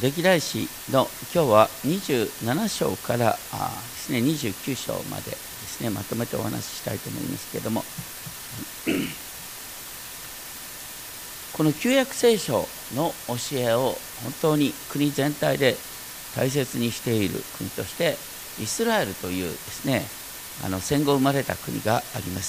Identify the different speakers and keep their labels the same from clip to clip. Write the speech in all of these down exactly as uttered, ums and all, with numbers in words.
Speaker 1: 歴代史の今日はにじゅうなな章からあですね、にじゅうきゅう章までですね、まとめてお話ししたいと思いますけれども、この旧約聖書の教えを本当に国全体で大切にしている国としてイスラエルというですね、あの戦後生まれた国があります。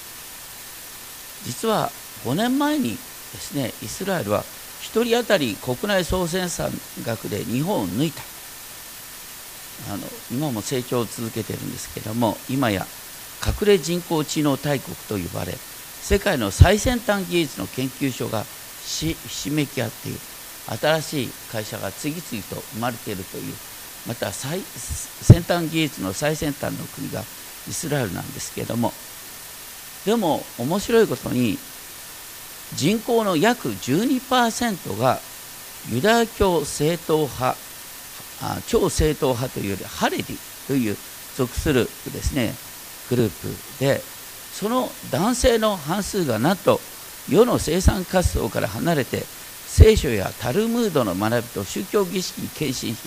Speaker 1: 実はごねんまえにですね、イスラエルはひとり当たり国内総生産額で日本を抜いた。あの今も成長を続けているんですけれども、今や隠れ人工知能大国と呼ばれ、世界の最先端技術の研究所がひしめき合っている。新しい会社が次々と生まれているという、また最先端技術の最先端の国がイスラエルなんですけれども、でも面白いことに人口の約 じゅうにパーセント がユダヤ教正統派、超正統派というよりハレディという属するですねグループで、その男性の半数がなんと世の生産活動から離れて聖書やタルムードの学びと宗教儀式に献身し、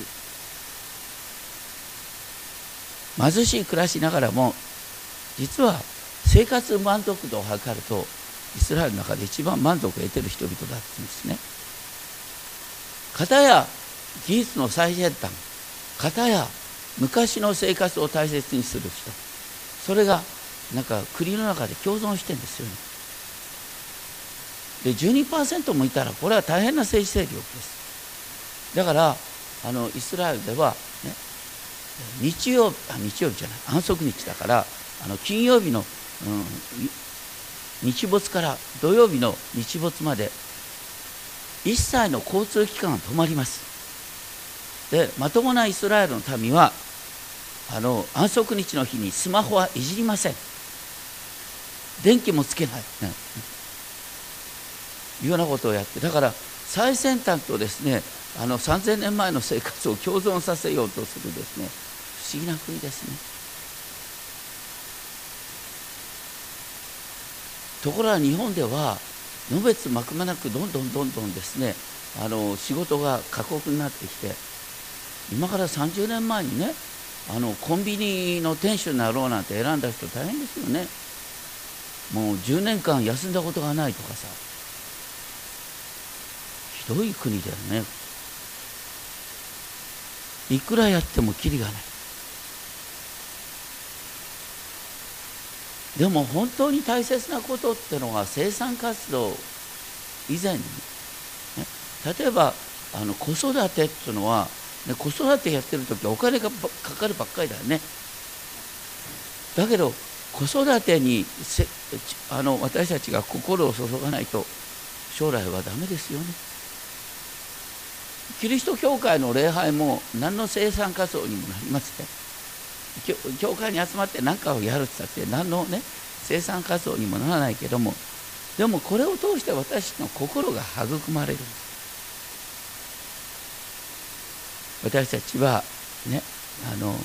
Speaker 1: 貧しい暮らしながらも実は生活満足度を測るとイスラエルの中で一番満足を得ている人々だって言うんですね。片や技術の最先端、片や昔の生活を大切にする人、それがなんか国の中で共存してるんですよね。で じゅうにパーセント もいたらこれは大変な政治勢力です。だからあのイスラエルでは、ね、日曜あ日曜日じゃない安息日だから、あの金曜日の、うん、日没から土曜日の日没まで一切の交通機関が止まります。でまともなイスラエルの民はあの安息日の日にスマホはいじりません。電気もつけない、ね、いうようなことをやって、だから最先端とですね、あのさんぜんねんまえの生活を共存させようとするですね、不思議な国ですね。ところが日本ではのべつ幕間なくどんどんどんどんですね、あの仕事が過酷になってきて、今からさんじゅうねんまえにね、あのコンビニの店主になろうなんて選んだ人大変ですよね。もうじゅうねんかん休んだことがないとかさ、ひどい国だよね。いくらやってもキリがない。でも本当に大切なことってのは生産活動以前に、ね、例えばあの子育てっていうのは、ね、子育てやってる時はお金がかかるばっかりだよね。だけど子育てにせあの私たちが心を注がないと将来はダメですよね。キリスト教会の礼拝も何の生産活動にもなりますね。教会に集まって何かをやるって言ったって何のね生産活動にもならないけども、でもこれを通して私の心が育まれる。私たちはね、あの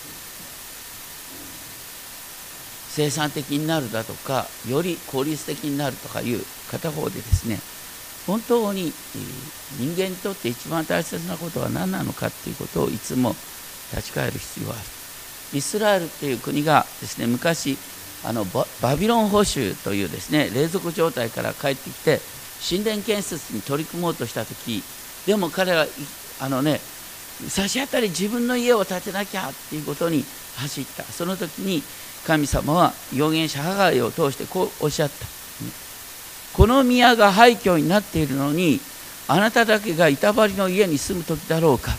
Speaker 1: 生産的になるだとか、より効率的になるとかいう片方でですね、本当に人間にとって一番大切なことは何なのかということをいつも立ち返る必要がある。イスラエルという国がですね、昔あの バ, バビロン捕囚というですね隷属状態から帰ってきて神殿建設に取り組もうとしたとき、でも彼はあのね差し当たり自分の家を建てなきゃっていうことに走った。その時に神様は預言者ハガイを通してこうおっしゃった。この宮が廃墟になっているのにあなただけが板張りの家に住む時だろうか。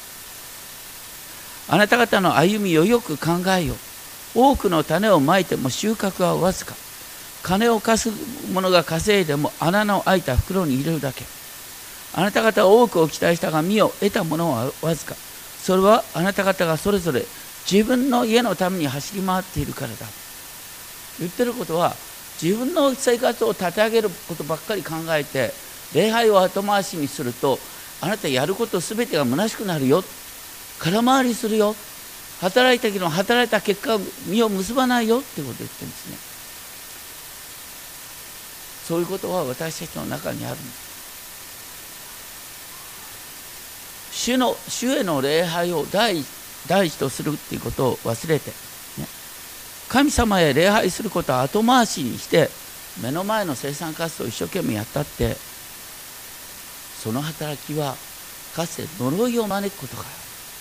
Speaker 1: あなた方の歩みをよく考えよう。多くの種をまいても収穫はわずか。金を稼ぐ者が稼いでも穴の開いた袋に入れるだけ。あなた方は多くを期待したが実を得たものはわずか。それはあなた方がそれぞれ自分の家のために走り回っているからだ。言ってることは、自分の生活を立て上げることばっかり考えて礼拝を後回しにすると、あなたやることすべてが虚しくなるよ。空回りするよ。働いたけど働いた結果実を結ばないよってことを言ってるんですね。そういうことは私たちの中にあるんです。 主の主への礼拝を第第一とするっていうことを忘れて、ね、神様へ礼拝することを後回しにして目の前の生産活動を一生懸命やったって、その働きはかつて呪いを招くことがある、ね、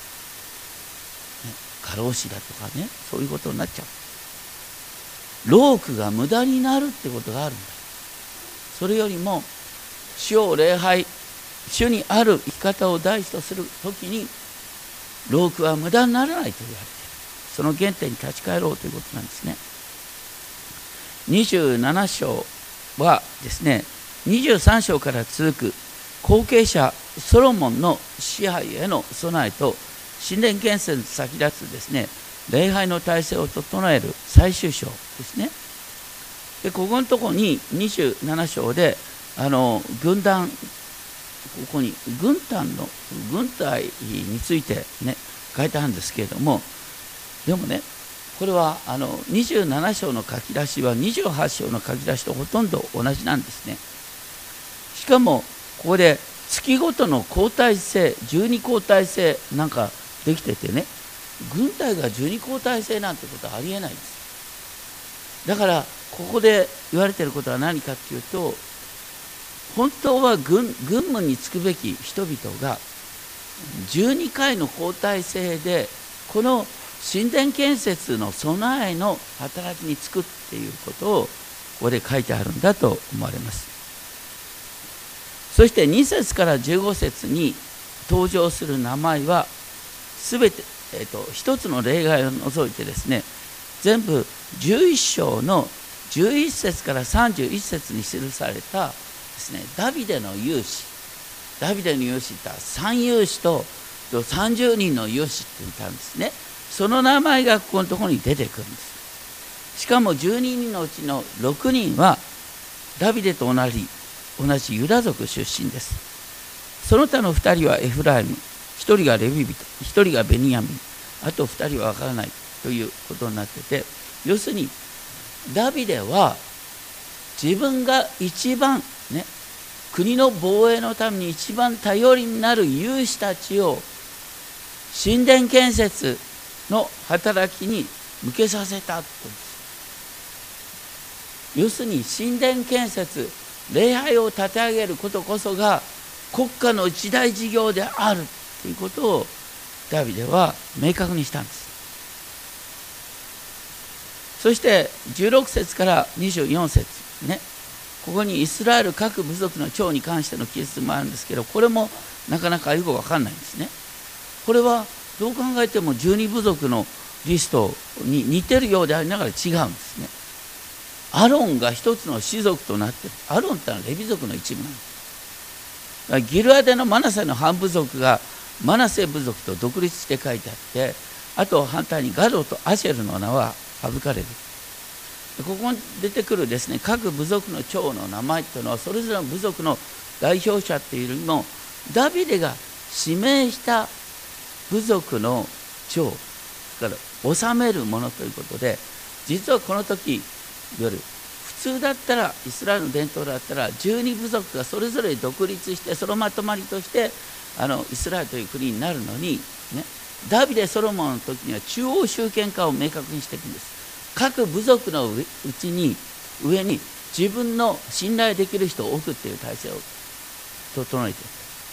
Speaker 1: 過労死だとかね、そういうことになっちゃう。労苦が無駄になるってことがあるんだ。それよりも主を礼拝、主にある生き方を第一とするときに労苦は無駄にならないと言われている。その原点に立ち返ろうということなんですね。にじゅうなな章はですね、にじゅうさん章から続く後継者ソロモンの支配への備えと神殿建設に先立つですね、礼拝の体制を整える最終章ですね。でここのところににじゅうなな章であの軍団、ここに軍団の軍隊についてね書いてあるんですけれども、でもねこれはあのにじゅうなな章の書き出しはにじゅうはち章の書き出しとほとんど同じなんですね。しかもここで月ごとの交代制、じゅうに交代制なんかできててね、軍隊がじゅうに交代制なんてことはありえないんです。だからここで言われていることは何かっていうと、本当は 軍, 軍務に就くべき人々がじゅうにかいの交代制でこの神殿建設の備えの働きに就くっていうことをここで書いてあるんだと思われます。そしてに節からじゅうご節に登場する名前はすべて、えーと、一つの例外を除いてですね、全部じゅういち章のじゅういち節からさんじゅういち節に記されたですね、ダビデの勇士、ダビデの勇士って三勇士とさんじゅうにんの勇士って言ったんですね。その名前がここのところに出てくるんです。しかもじゅうににんのうちのろくにんはダビデと同じ同じユダ族出身です。その他のふたりはエフライム、ひとりがレビ人、ひとりがベニヤミン、あとふたりは分からないということになってて、要するにダビデは自分が一番ね、国の防衛のために一番頼りになる勇士たちを神殿建設の働きに向けさせたと。要するに神殿建設、礼拝を立て上げることこそが国家の一大事業であるということをダビデは明確にしたんです。そしてじゅうろく節からにじゅうよん節ね、ここにイスラエル各部族の長に関しての記述もあるんですけど、これもなかなかよく分かんないんですね。これはどう考えてもじゅうに部族のリストに似てるようでありながら違うんですね。アロンが一つの氏族となっている。アロンってのはレビ族の一部なんです。ギルアデのマナセの半部族がマナセ部族と独立して書いてあって、あと反対にガドとアシェルの名は省かれる。ここに出てくるですね、各部族の長の名前というのはそれぞれの部族の代表者っていうよりもダビデが指名した部族の長から治めるものということで、実はこの時いわゆる普通だったらイスラエルの伝統だったらじゅうに部族がそれぞれ独立してそのまとまりとしてあのイスラエルという国になるのに、ね、ダビデ・ソロモンの時には中央集権化を明確にしていくんです。各部族のうちに上に自分の信頼できる人を置くっていう体制を整えていく。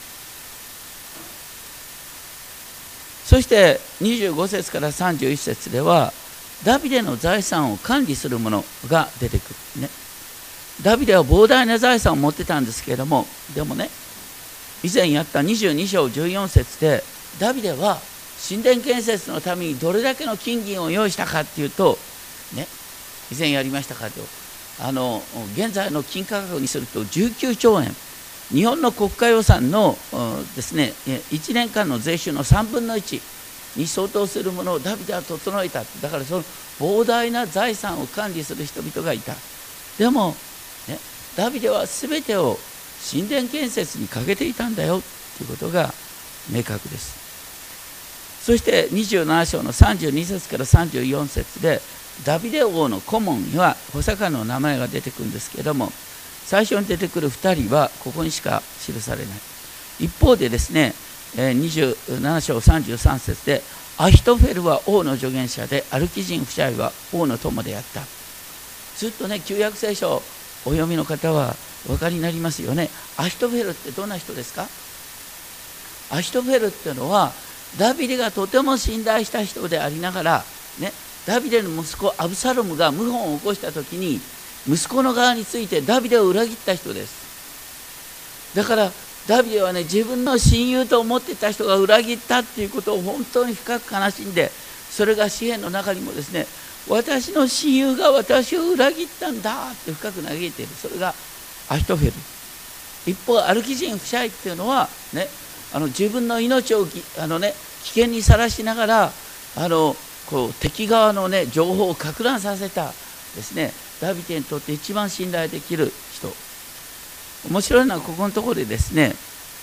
Speaker 1: そしてにじゅうご節からさんじゅういち節ではダビデの財産を管理する者が出てくるね。ダビデは膨大な財産を持ってたんですけれども、でもね、以前やったにじゅうに章じゅうよん節でダビデは神殿建設のためにどれだけの金銀を用意したかっていうとね、以前やりましたかと、あの現在の金価格にするとじゅうきゅうちょうえん、日本の国家予算のですねいちねんかんの税収のさんぶんのいちに相当するものをダビデは整えた。だからその膨大な財産を管理する人々がいた。でも、ね、ダビデは全てを神殿建設にかけていたんだよということが明確です。そしてにじゅうなな章のさんじゅうに節からさんじゅうよん節でダビデ王の顧問には補佐官の名前が出てくるんですけれども、最初に出てくるふたりはここにしか記されない。一方でですね、 にじゅうなな章さんじゅうさん節で、アヒトフェルは王の助言者で、アルキ人夫妻は王の友であった。ずっとね、旧約聖書をお読みの方はお分かりになりますよね。アヒトフェルってどんな人ですか？アヒトフェルっていうのは、ダビデがとても信頼した人でありながら、ね、ダビデの息子アブサロムが謀反を起こしたときに、息子の側についてダビデを裏切った人です。だからダビデはね、自分の親友と思ってた人が裏切ったっていうことを本当に深く悲しんで、それが詩篇の中にもですね、私の親友が私を裏切ったんだって深く嘆いている。それがアヒトフェル。一方アルキ人夫妻っていうのはね、あの自分の命をあの、ね、危険にさらしながら、あのこう敵側の、ね、情報を撹乱させたですね、ダビデにとって一番信頼できる人。面白いのはここのところでですね、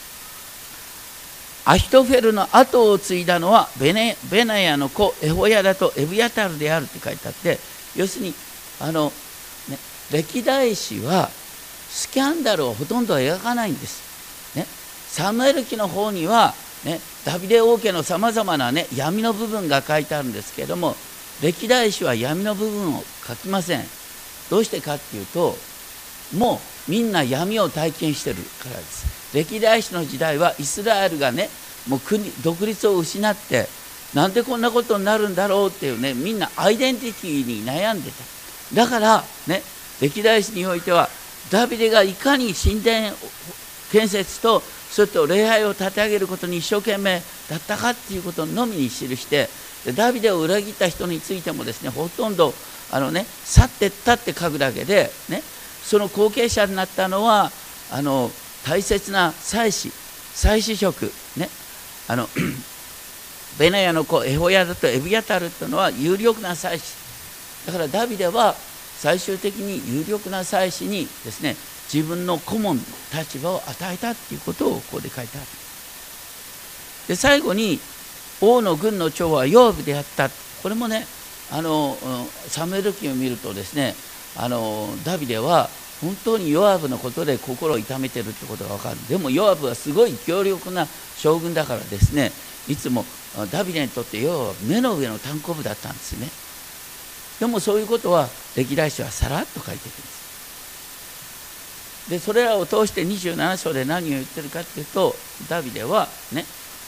Speaker 1: アヒトフェルの後を継いだのはベネ、ベナヤの子エホヤダとエブヤタルであるって書いてあって、要するにあの、ね、歴代史はスキャンダルをほとんど描かないんです、ね、サムエル記の方には、ね、ダビデ王家のさまざまな、ね、闇の部分が書いてあるんですけれども、歴代史は闇の部分を書きません。どうしてかっていうと、もうみんな闇を体験してるからです。歴代史の時代はイスラエルがね、もう国独立を失って、なんでこんなことになるんだろうっていうね、みんなアイデンティティに悩んでた。だからね、歴代史においてはダビデがいかに神殿建設とそれと礼拝を立て上げることに一生懸命だったかっていうことのみに記して、ダビデを裏切った人についてもですね、ほとんどあのね、去ってったって書くだけでね、その後継者になったのはあの大切な祭司、祭司職ね、あのベナヤの子エホヤダとエブヤタルというのは有力な祭司だから、ダビデは最終的に有力な祭司にですね、自分の顧問の立場を与えたということをここで書いてある。で最後に王の軍の長はヨアブであった。これもね、あのサムエル記を見るとですね、あのダビデは本当にヨアブのことで心を痛めてるってことが分かる。でもヨアブはすごい強力な将軍だからですね、いつもダビデにとってヨアブは目の上の単行部だったんですね。でもそういうことは歴代史はさらっと書いているんです。でそれらを通してにじゅうなな章で何を言ってるかっていうと、ダビデはね、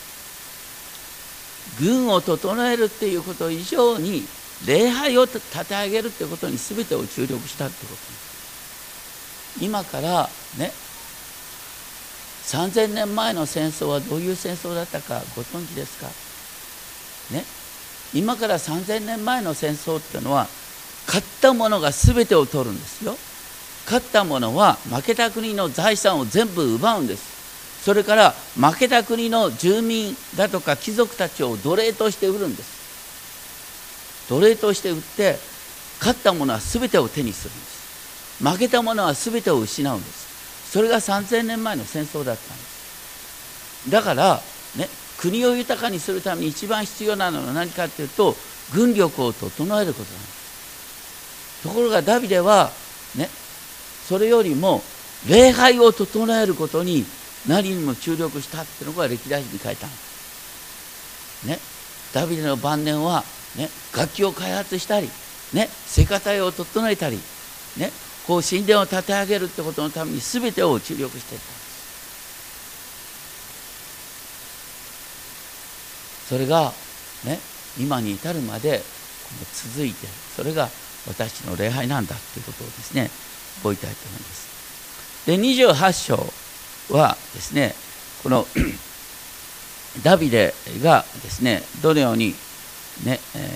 Speaker 1: 軍を整えるっていうこと以上に礼拝を立て上げるってことに全てを注力したってことです。今からね、さんぜんねんまえの戦争はどういう戦争だったかご存知ですかね。今からさんぜんねんまえの戦争っていうのは、勝った者が全てを取るんですよ。勝った者は負けた国の財産を全部奪うんです。それから負けた国の住民だとか貴族たちを奴隷として売るんです。奴隷として売って、勝った者は全てを手にするんです。負けた者は全てを失うんです。それがさんぜんねんまえの戦争だったんです。だからね、国を豊かにするために一番必要なのは何かというと、軍力を整えることなんです。ところがダビデはね、それよりも礼拝を整えることに何にも注力したっていうのが歴代史に書いたんです。ね、ダビデの晩年は、ね、楽器を開発したり、ね、聖歌隊を整えたり、ね、こう神殿を立て上げるってことのために全てを注力していったんです。それが、ね、今に至るまで続いて、それが私の礼拝なんだということをですね、覚えたいと思います。でにじゅうはち章はですね、このダビデがですね、どのようにね、え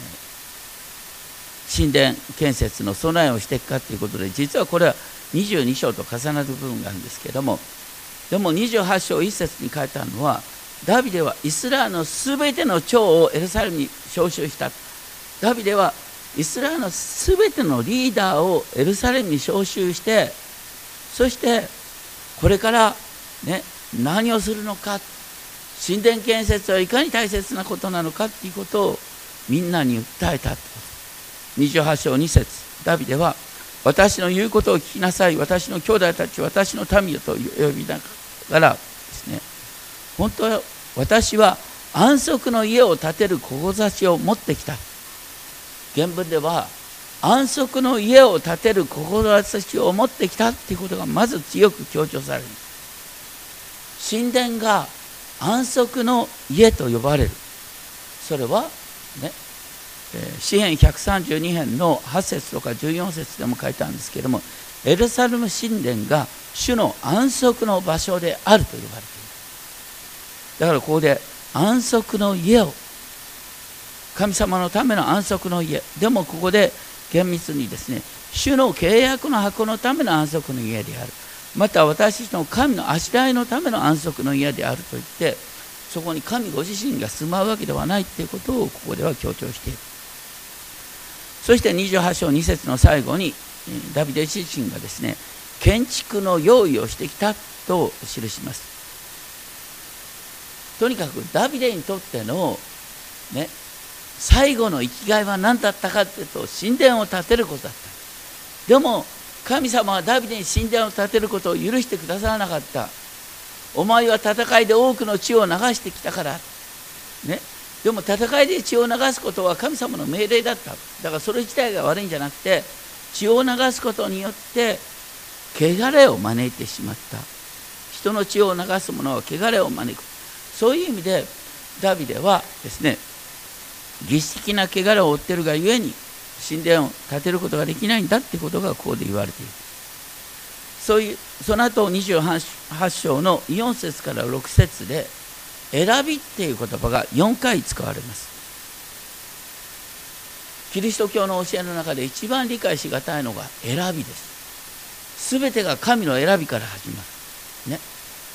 Speaker 1: ー、神殿建設の備えをしていくかということで、実はこれはにじゅうに章と重なる部分があるんですけれども、でもにじゅうはち章いち節に書いてあるのは、ダビデはイスラエルのすべての長をエルサレムに招集した。ダビデはイスラエルのすべてのリーダーをエルサレムに招集して、そしてこれからね、何をするのか、神殿建設はいかに大切なことなのかということをみんなに訴えた。にじゅうはち章に節、ダビデは、私の言うことを聞きなさい、私の兄弟たち、私の民よと呼びながらですね、 本当は私は安息の家を建てる志を持ってきた。原文では安息の家を建てる志を持ってきたっていうことがまず強く強調される。神殿が安息の家と呼ばれる。それはね、詩編ひゃくさんじゅうに編のはち節とかじゅうよん節でも書いてあるんですけれども、エルサレム神殿が主の安息の場所であると呼ばれている。だからここで安息の家を、神様のための安息の家、でもここで厳密にですね、主の契約の箱のための安息の家である、また私たちの神のあしらいのための安息の家であると言って、そこに神ご自身が住まうわけではないということをここでは強調している。そしてにじゅうはち章に節の最後にダビデ自身がですね、建築の用意をしてきたと記します。とにかくダビデにとってのね、最後の生きがいは何だったかというと、神殿を建てることだった。でも神様はダビデに神殿を建てることを許してくださらなかった。お前は戦いで多くの血を流してきたから、ね、でも戦いで血を流すことは神様の命令だった。だからそれ自体が悪いんじゃなくて、血を流すことによって汚れを招いてしまった。人の血を流す者は汚れを招く。そういう意味でダビデはですね、儀式的な汚れを負っているがゆえに神殿を建てることができないんだっていうことがここで言われている。そういうその後にじゅうはち章のよん節からろく節で選びっていう言葉がよんかい使われます。キリスト教の教えの中で一番理解しがたいのが選びです。すべてが神の選びから始まる。ね。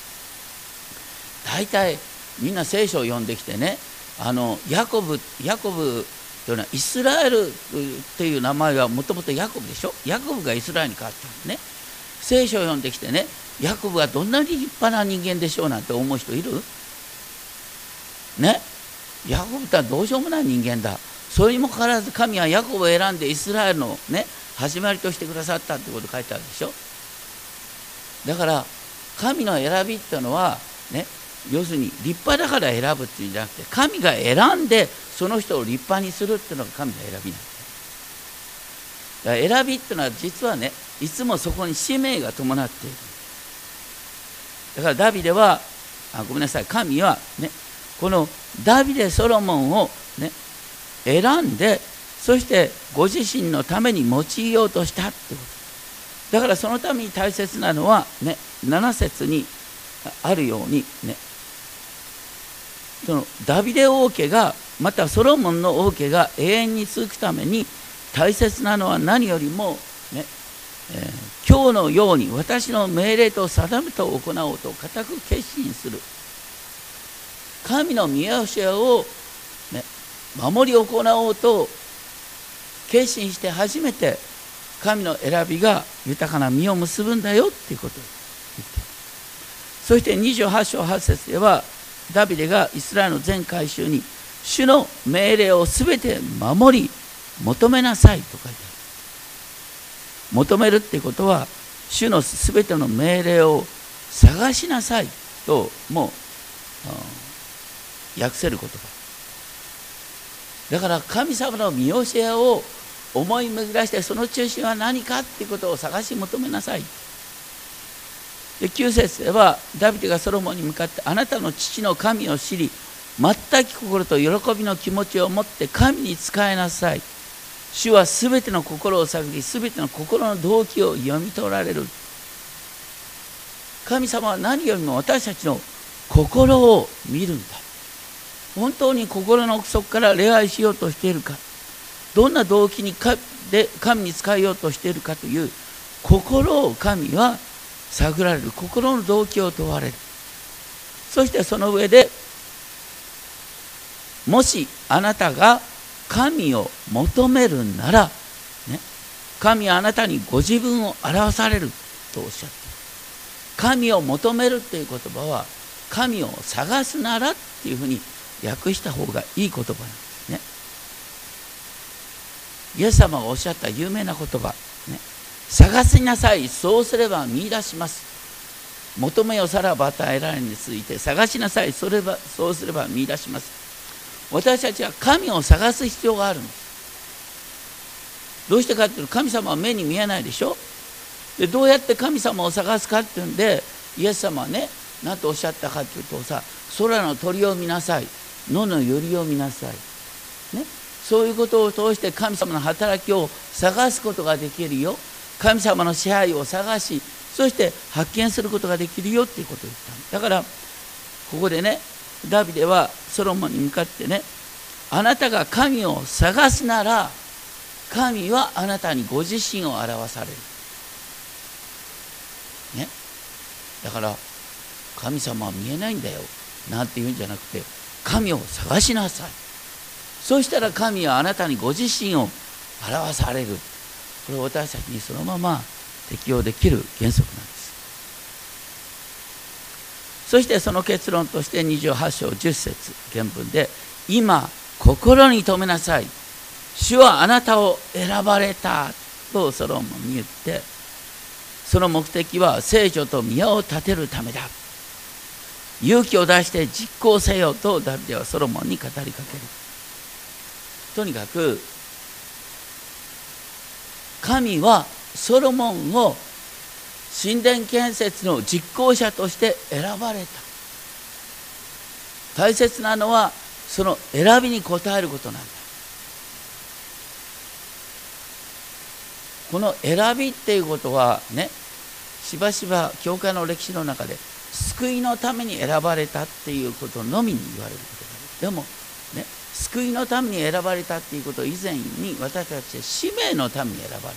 Speaker 1: 大体みんな聖書を読んできてね、あのヤコブ、ヤコブというのはイスラエルという名前はもともとヤコブでしょ。ヤコブがイスラエルに変わったんですね。聖書を読んできてね、ヤコブはどんなに立派な人間でしょうなんて思う人いる？ね。ヤコブってどうしようもない人間だ。それにもかかわらず神はヤコブを選んでイスラエルのね、始まりとしてくださったってこと書いてあるでしょ。だから神の選びっていうのはね、要するに立派だから選ぶっていうんじゃなくて、神が選んでその人を立派にするっていうのが神の選びなんです。だから選びっていうのは実はね、いつもそこに使命が伴っている。だからダビデはあごめんなさい神はね、このダビデソロモンをね選んで、そしてご自身のために用いようとしたってこと。だからそのために大切なのはね、なな節にあるようにね、そのダビデ王家がまたソロモンの王家が永遠に続くために大切なのは何よりもね、えー、今日のように私の命令と定めと行おうと固く決心する。神の見教えを、ね、守り行おうと決心して初めて神の選びが豊かな実を結ぶんだよっていうことを言っている。そしてにじゅうはち章はち節ではダビデがイスラエルの全改宗に主の命令をすべて守り求めなさいと書いてある。求めるっていうことは主のすべての命令を探しなさいともう訳せる言葉だから、神様の見教えを思い巡らして、その中心は何かっていうことを探し求めなさい。できゅう節ではダビデがソロモンに向かって、あなたの父の神を知り全く心と喜びの気持ちを持って神に仕えなさい。主はすべての心を探り、すべての心の動機を読み取られる。神様は何よりも私たちの心を見るんだ。本当に心の奥底から礼拝しようとしているか、どんな動機にかで神に仕えようとしているかという心を神は探られる。心の動機を問われる。そしてその上で、もしあなたが神を求めるなら、ね、神はあなたにご自分を表されるとおっしゃっている。神を求めるっていう言葉は、神を探すならっていうふうに訳した方がいい言葉なんですね。イエス様がおっしゃった有名な言葉、ね、探しなさい、そうすれば見出します。 求めよさらば与えられるについて探しなさい。そればそうすれば見出します。私たちは神を探す必要があるんです。どうしてかっていうと、神様は目に見えないでしょ。でどうやって神様を探すかっていうんで、イエス様はね何とおっしゃったかっていうとさ、空の鳥を見なさい、野のよりを見なさい、ね、そういうことを通して神様の働きを探すことができるよ。神様の支配を探し、そして発見することができるよっていうことを言ったんだから、ここでねダビデはソロモンに向かってね、あなたが神を探すなら神はあなたにご自身を表される、ね、だから神様は見えないんだよなんて言うんじゃなくて、神を探しなさい。そうしたら神はあなたにご自身を表される。これは私たちにそのまま適用できる原則なんです。そしてその結論としてにじゅうはち章じゅっ節原文で、今心に留めなさい、主はあなたを選ばれたとソロモンに言って、その目的は聖女と宮を建てるためだ。勇気を出して実行せよとダビデはソロモンに語りかける。とにかく神はソロモンを神殿建設の実行者として選ばれた。大切なのはその選びに応えることなんだ。この選びっていうことはね、しばしば教会の歴史の中で救いのために選ばれたっていうことのみに言われることがある。でもね、救いのために選ばれたっていうこと以前に、私たちは使命のために選ばれている。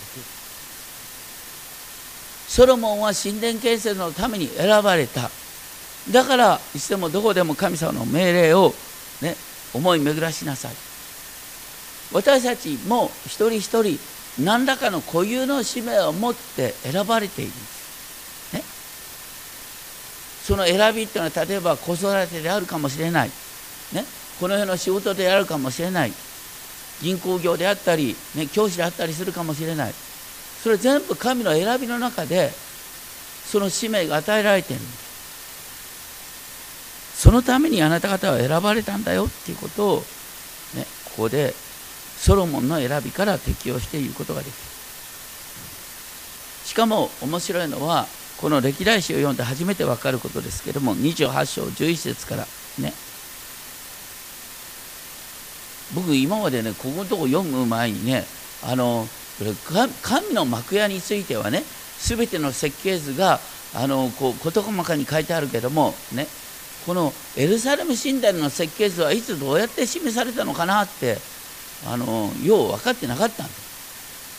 Speaker 1: ソロモンは神殿建設のために選ばれた。だからいつでもどこでも神様の命令を、ね、思い巡らしなさい。私たちも一人一人何らかの固有の使命を持って選ばれているんです、ね、その選びっていうのは例えば子育てであるかもしれない、ね、この世の仕事であるかもしれない、銀行業であったり、ね、教師であったりするかもしれない。それ全部神の選びの中でその使命が与えられている。そのためにあなた方は選ばれたんだよっていうことを、ね、ここでソロモンの選びから適用していることができる。しかも面白いのは、この歴代史を読んで初めて分かることですけれども、にじゅうはち章じゅういち節からね、僕今までねここのとこ読む前にね、あの神の幕屋についてはね、すべての設計図があのこう事細かに書いてあるけどもね、このエルサレム神殿の設計図はいつどうやって示されたのかなってあのよう分かってなかったんです。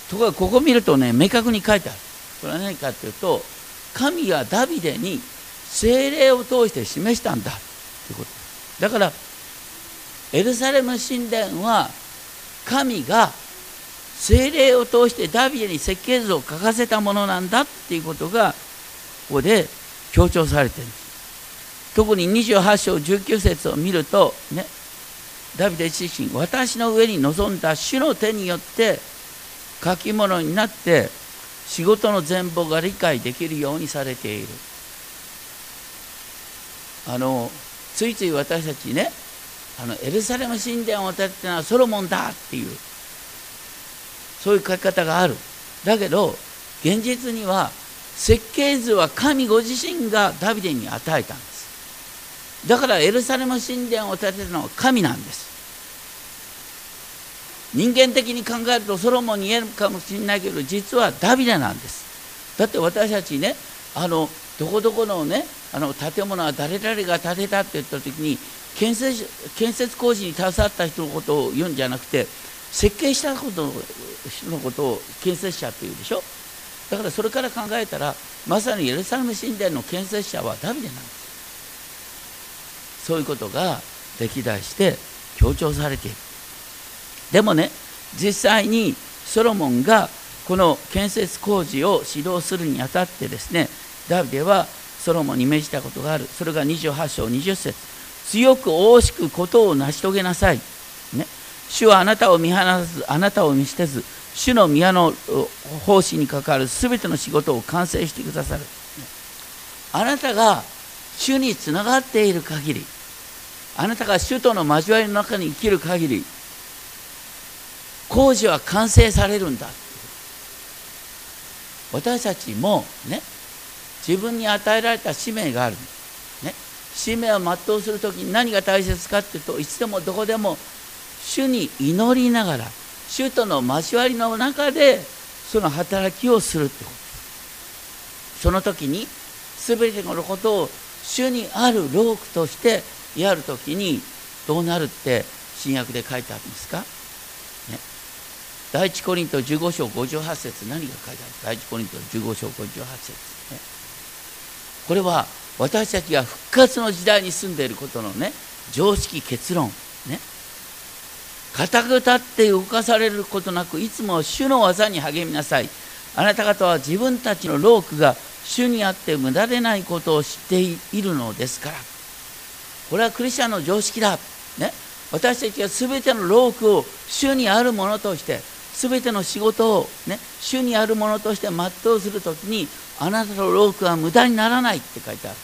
Speaker 1: ところがここ見るとね明確に書いてある。これは何かというと、神がダビデに聖霊を通して示したんだということだから、エルサレム神殿は神が聖霊を通してダビデに設計図を書かせたものなんだっていうことがここで強調されている。特ににじゅうはち章じゅうきゅう節を見るとね、ダビデ自身、私の上に臨んだ主の手によって書き物になって仕事の全貌が理解できるようにされている。あのついつい私たちね、あのエルサレム神殿を建てたのはソロモンだっていう、そういう書き方がある。だけど現実には設計図は神ご自身がダビデに与えたんです。だからエルサレム神殿を建てたのは神なんです。人間的に考えるとソロモンに言えるかもしれないけど、実はダビデなんです。だって私たちね、あのどこどこのね、あの建物は誰々が建てたって言った時に建設建設工事に携わった人のことを言うんじゃなくて、設計したことの人のことを建設者っていうでしょ。だからそれから考えたら、まさにエルサレム神殿の建設者はダビデなんです。そういうことが歴代して強調されている。でもね、実際にソロモンがこの建設工事を指導するにあたってですね、ダビデはソロモンに命じたことがある。それがにじゅうはち章にじゅう節、強く大しくことを成し遂げなさい、ね、主はあなたを見放さず、あなたを見捨てず、主の宮の奉仕に関わるすべての仕事を完成してくださる。 あなたが主につながっている限り、あなたが主との交わりの中に生きる限り、工事は完成されるんだ。私たちもね、自分に与えられた使命がある、ね、使命を全うするときに何が大切かっていうと、いつでもどこでも主に祈りながら、主との交わりの中でその働きをするってことです。その時に全てのことを主にあるロークとしてやるときにどうなるって新約で書いてあるんですか、ね、第一コリントじゅうご章ごじゅうはち節、何が書いてある？第一コリントじゅうご章ごじゅうはち節、ね、これは私たちが復活の時代に住んでいることのね、常識結論ね。固く立って動かされることなく、いつも主の技に励みなさい。あなた方は自分たちの労苦が主にあって無駄でないことを知っているのですから。これはクリスチャンの常識だ、ね、私たちは全ての労苦を主にあるものとして、全ての仕事を、ね、主にあるものとして全うするときに、あなたの労苦は無駄にならないって書いてある。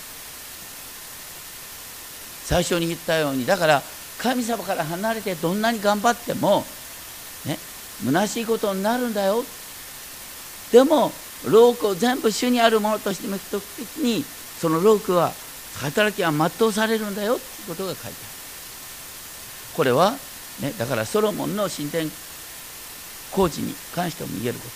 Speaker 1: 最初に言ったように、だから神様から離れてどんなに頑張っても、ね、虚しいことになるんだよ。でも労苦を全部主にあるものとして見るときに、その労苦は働きは全うされるんだよということが書いてある。これは、ね、だからソロモンの神殿工事に関しても言えることです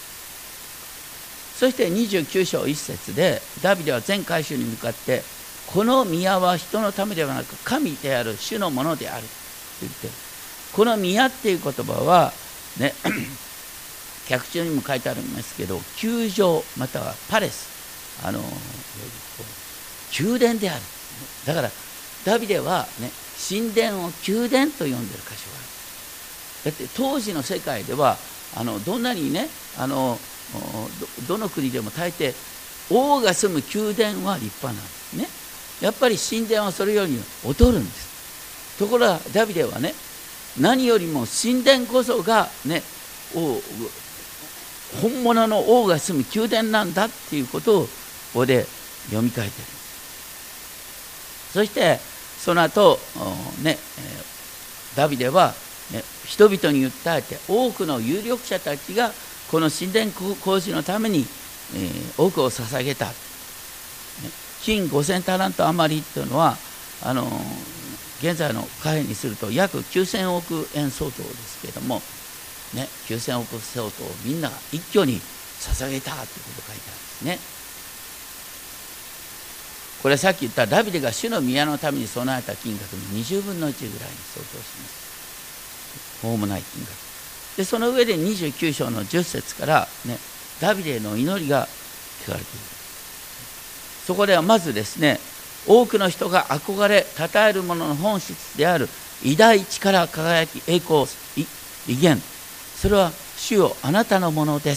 Speaker 1: 。そしてにじゅうきゅう章いち節でダビデは全会衆に向かって、この宮は人のためではなく神である主のものであると言ってる。この宮っていう言葉はね脚中にも書いてあるんですけど、宮城またはパレス、あの宮殿である。だからダビデはね、神殿を宮殿と呼んでる箇所がある。だって当時の世界ではあのどんなにね、あの ど, どの国でも大抵王が住む宮殿は立派なんですね。やっぱり神殿はそれよりも劣るんです。ところがダビデはね、何よりも神殿こそがね、本物の王が住む宮殿なんだっていうことをここで読み替えてる。そしてその後ね、ダビデは、ね、人々に訴えて、多くの有力者たちがこの神殿工事のために、えー、多くを捧げた、ね、金ごせんタラント余りというのはあの現在の貨幣にすると約きゅうせんおくえん相当ですけれども、ね、きゅうせんおく相当をみんなが一挙に捧げたということが書いてあるんですね。これさっき言ったダビデが主の宮のために備えた金額のにじゅうぶんのいちぐらいに相当します。法もない金額で、その上でにじゅうきゅう章のじゅっ節から、ね、ダビデの祈りが聞かれている。そこではまずですね、多くの人が憧れ称えるものの本質である偉大力輝き栄光威厳、それは主よあなたのものです、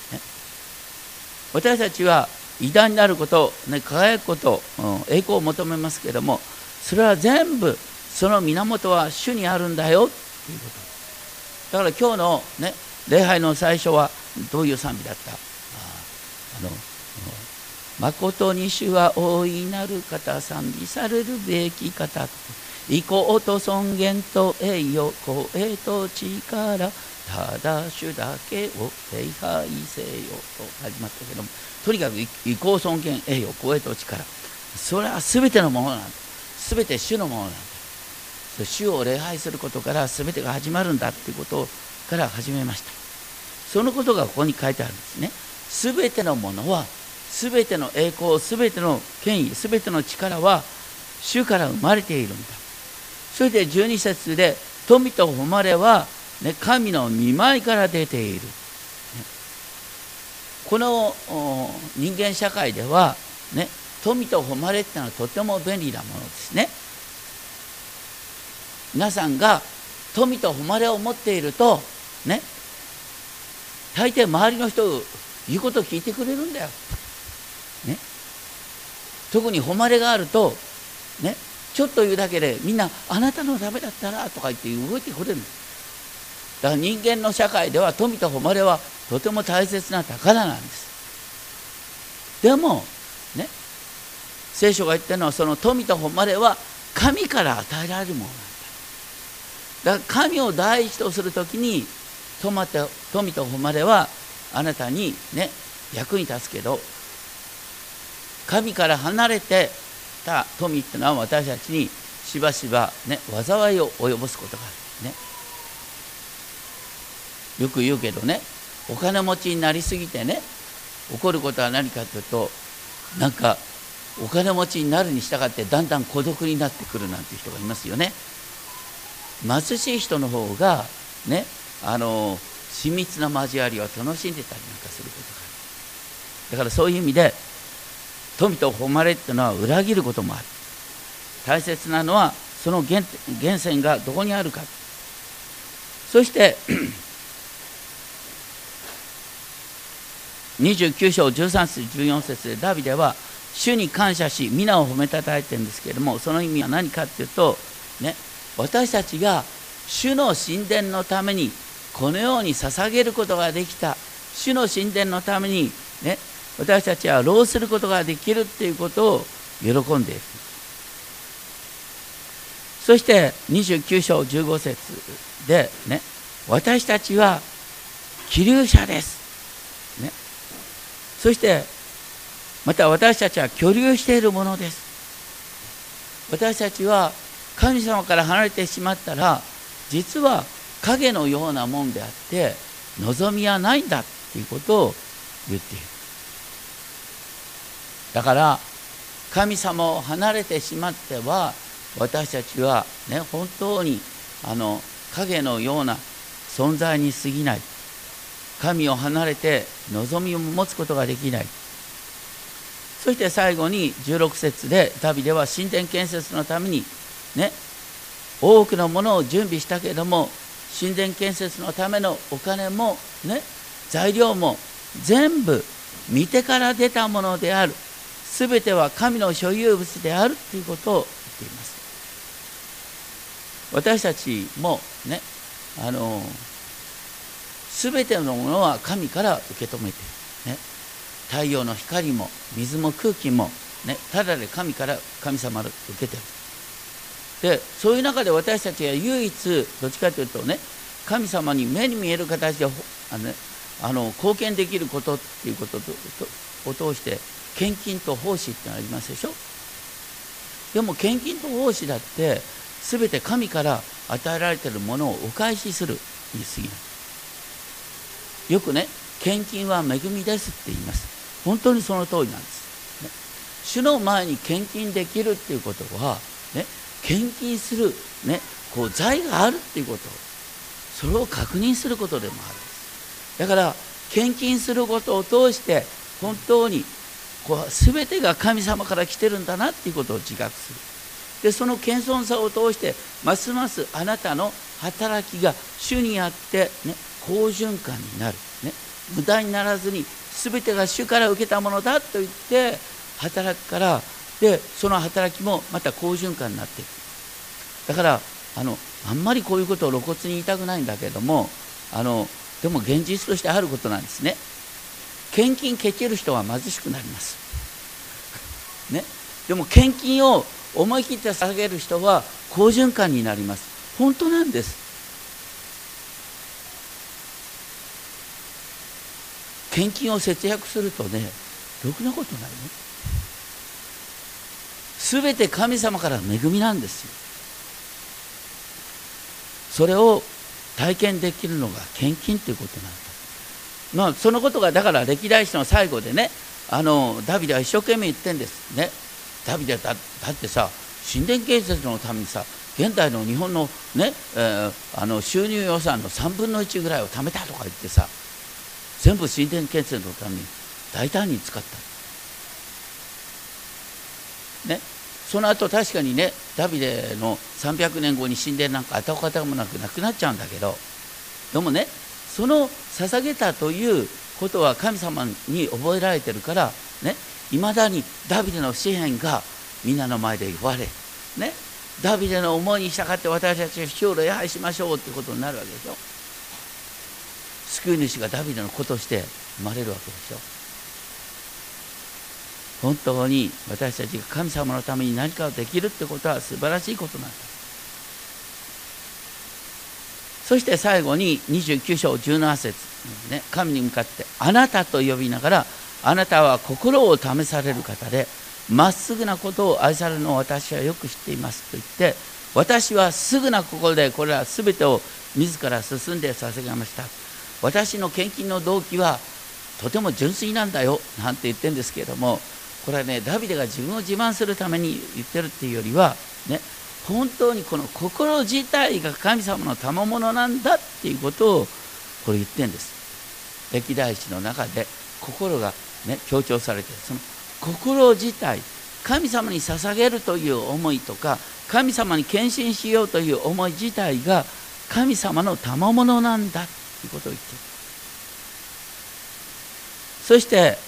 Speaker 1: ね、私たちは偉大になること、ね、輝くこと、うん、栄光を求めますけれども、それは全部その源は主にあるんだよということ。だから今日の、ね、礼拝の最初はどういう賛美だった？ああの誠に主は大いなる方、賛美されるべき方、意向と尊厳と栄誉、声と力、ただ主だけを礼拝せよと始まったけども、とにかく意向、尊厳、栄誉、声と力、それは全てのものなんだ。全て主のものなんだ。主を礼拝することから全てが始まるんだということから始めました。そのことがここに書いてあるんですね。全てのものは、全ての栄光、全ての権威、全ての力は主から生まれているんだ。それでじゅうに節で、富と誉れは、ね、神の御前から出ている。この人間社会では、ね、富と誉れっていうのはとても便利なものですね。皆さんが富と誉れを持っていると、ね、大抵周りの人が言うことを聞いてくれるんだよ。ね、特に誉れがあると、ね、ちょっと言うだけでみんなあなたのためだったらとか言って動いてくれるんです。だから人間の社会では富と誉れはとても大切な宝なんです。でもね、 聖書が言ってるのは、その富と誉れは神から与えられるものなんだ。だから神を第一とするときに、富と誉れはあなたにね役に立つけど、神から離れてた富っていうのは私たちにしばしばね災いを及ぼすことがあるね。よく言うけどね、お金持ちになりすぎてね起こることは何かというと、なんかお金持ちになるに従ってだんだん孤独になってくるなんていう人がいますよね。貧しい人の方がね、あの親密な交わりを楽しんでたりなんかすることがある。だからそういう意味で富と誉れっていうのは裏切ることもある。大切なのはその 源, 源泉がどこにあるか。そしてにじゅうきゅう章じゅうさん節じゅうよん節でダビデは主に感謝し皆を褒めたたえてるんですけれども、その意味は何かっていうとね、私たちが主の神殿のためにこのように捧げることができた、主の神殿のためにね私たちは労することができるっていうことを喜んでいる。そしてにじゅうきゅう章じゅうご節でね、私たちは希留者ですね。そしてまた私たちは居留しているものです。私たちは神様から離れてしまったら実は影のようなもんであって望みはないんだっていうことを言っている。だから神様を離れてしまっては私たちはね本当にあの影のような存在に過ぎない。神を離れて望みを持つことができない。そして最後にじゅうろく節でダビデは神殿建設のためにね多くのものを準備したけれども、神殿建設のためのお金もね材料も全部見てから出たものである、すべては神の所有物であるということを言っています。私たちもねあのすべてのものは神から受け止めている、ね、太陽の光も水も空気も、ね、ただで神から神様から受けている。でそういう中で私たちは唯一どっちかというとね神様に目に見える形であの、ね、あの貢献できることっていうことを通して献金と奉仕ってのありますでしょ。でも献金と奉仕だって全て神から与えられているものをお返しするに過ぎない。よくね献金は恵みですって言います。本当にその通りなんです、ね、主の前に献金できるっていうことはね献金する、ね、こう財があるっていうこと、それを確認することでもあるんです。だから献金することを通して本当にこう全てが神様から来てるんだなっていうことを自覚する。でその謙遜さを通してますますあなたの働きが主にあって、ね、好循環になる、ね、無駄にならずに全てが主から受けたものだと言って働くから、でその働きもまた好循環になっていく。だからあのあんまりこういうことを露骨に言いたくないんだけれども、あのでも現実としてあることなんですね。献金けちる人は貧しくなります、ね、でも献金を思い切って捧げる人は好循環になります。本当なんです。献金を節約するとねろくなことないね。すべて神様からの恵みなんですよ。それを体験できるのが献金ということなんだ。まあそのことがだから歴代史の最後でね、あのダビデは一生懸命言ってんですね。ダビデは だ, だってさ神殿建設のためにさ現代の日本のね、えー、あの収入予算のさんぶんのいちぐらいを貯めたとか言ってさ、全部神殿建設のために大胆に使った、ね、その後確かにねダビデのさんびゃくねんごに神殿なんか跡形もなくなくなっちゃうんだけど、でもねその捧げたということは神様に覚えられてるからね、いまだにダビデの詩篇がみんなの前で言われ、ね、ダビデの思いに従って私たちは主を礼拝しましょうってことになるわけでしょ。救い主がダビデの子として生まれるわけでしょ。 本当に私たちが神様のために何かをできるってことは素晴らしいことなんだ。そして最後ににじゅうきゅう章じゅうなな節、ね、神に向かってあなたと呼びながら、あなたは心を試される方で、まっすぐなことを愛されるのを私はよく知っていますと言って、私はすぐな心でこれらすべてを自ら進んで捧げました。私の献金の動機はとても純粋なんだよなんて言ってるんですけれども、これはね、ダビデが自分を自慢するために言ってるっていうよりはね、本当にこの心自体が神様の賜物なんだっていうことをこれ言ってるんです。歴代史の中で心が、ね、強調されている。その心自体、神様に捧げるという思いとか、神様に献身しようという思い自体が神様の賜物なんだということを言っている。そして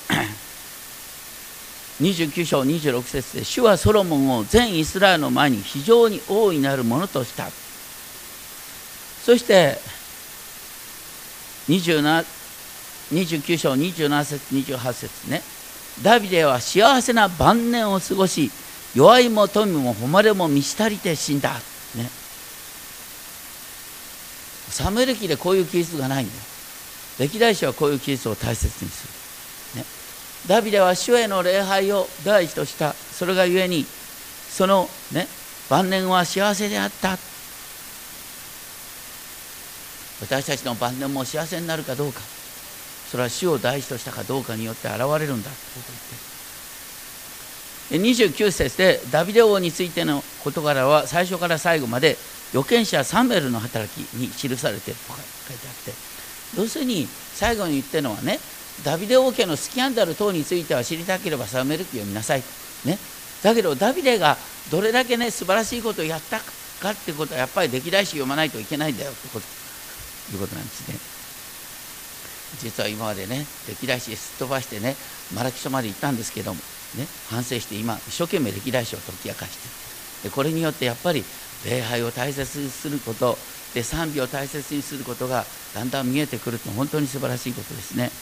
Speaker 1: にじゅうきゅう章にじゅうろく節で、主はソロモンを全イスラエルの前に非常に大いなるものとした。そしてにじゅうきゅう章にじゅうなな節にじゅうはち節ね、ダビデは幸せな晩年を過ごし、弱いも富も誉れも満ち足りて死んだ、ね、サムエル記でこういう記述がないんだよ。歴代史はこういう記述を大切にする、ね、ダビデは主への礼拝を第一とした。それがゆえにその、ね、晩年は幸せであった。私たちの晩年も幸せになるかどうか、それは主を第一としたかどうかによって現れるんだということを言っている。にじゅうきゅう節でダビデ王についての事柄は最初から最後まで預言者サムエルの働きに記されていると書いてあって、要するに最後に言ってるのはね、ダビデ王家のスキャンダル等については知りたければサムエル記を読みなさい、ね、だけどダビデがどれだけね素晴らしいことをやったかってことはやっぱり歴代史読まないといけないんだよってこということなんですね。実は今までね歴代史すっ飛ばしてねマラキ書まで行ったんですけどもね、反省して今一生懸命歴代史を解き明かして、でこれによってやっぱり礼拝を大切にすることで、賛美を大切にすることがだんだん見えてくると本当に素晴らしいことですね。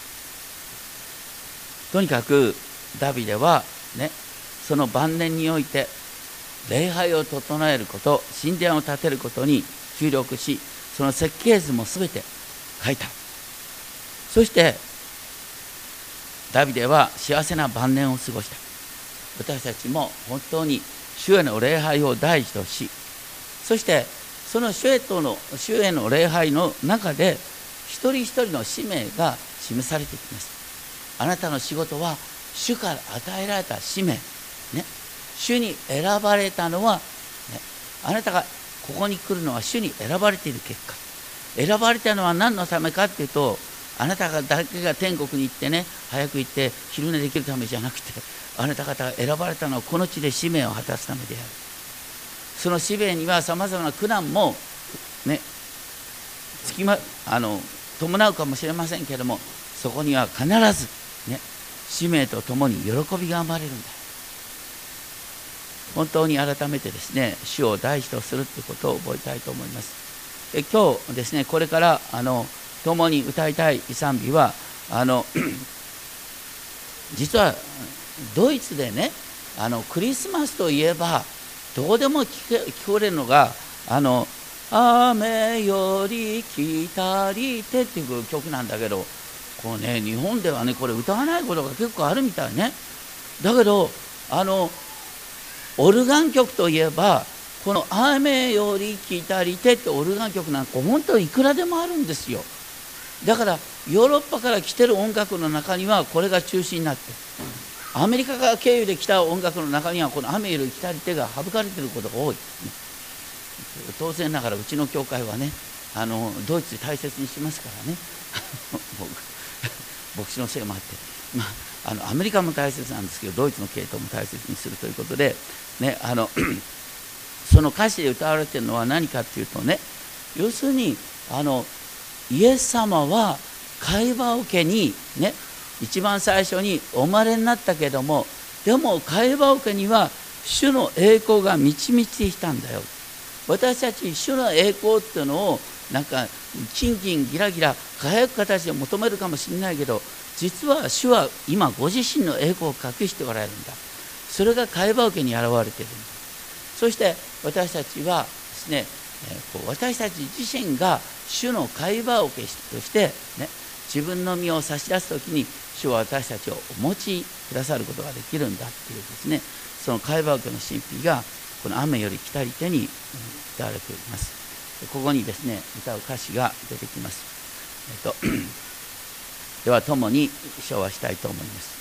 Speaker 1: とにかくダビデはね、その晩年において礼拝を整えること、神殿を建てることに注力し、その設計図もすべて書いた。そしてダビデは幸せな晩年を過ごした。私たちも本当に主への礼拝を第一とし、そしてその主へとの主への礼拝の中で一人一人の使命が示されていきます。あなたの仕事は主から与えられた使命、ね、主に選ばれたのは、ね、あなたがここに来るのは主に選ばれている結果、選ばれたのは何のためかっていうと、あなたがだけが天国に行ってね、早く行って昼寝できるためじゃなくて、あなた方が選ばれたのはこの地で使命を果たすためである。その使命にはさまざまな苦難もね、つきまあの伴うかもしれませんけれども、そこには必ずね、使命とともに喜びが生まれるんだ。本当に改めてですね、主を第一とするということを覚えたいと思います。で今日ですね、これからあの共に歌いたい賛美はあの実はドイツでね、あのクリスマスといえばどこでも聞け聞こえるのがあの雨より来たりてっていう曲なんだけど、こうね、日本ではねこれ歌わないことが結構あるみたいね。だけどあのオルガン曲といえばこの雨より来たりてってオルガン曲なんか本当にいくらでもあるんですよ。だからヨーロッパから来てる音楽の中にはこれが中心になって、アメリカが経由で来た音楽の中にはこの雨より来たりてが省かれていることが多い、ね、当然ながらうちの教会はね、あのドイツで大切にしますからね牧師のせいもあって、まあ、あのアメリカも大切なんですけどドイツの系統も大切にするということで、ね、あのその歌詞で歌われているのは何かっていうとね、要するにあのイエス様は貝羽桶にね一番最初にお生まれになったけども、でも貝羽桶には主の栄光が満ち満ちてきたんだよ。私たち主の栄光っていうのをなんかキンキンギラギラ輝く形で求めるかもしれないけど、 実は主は今ご自身の栄光を隠しておられるんだ。それが貝羽桶に現れているんだ。そして私たちはですね、こう私たち自身が主の貝羽桶として、ね、自分の身を差し出すときに主は私たちをお持ちくださることができるんだっていうですね、その貝羽桶の神秘がこの雨より来たりてに歌われています。ここにですね歌う歌詞が出てきます。えっと、では共に唱和したいと思います。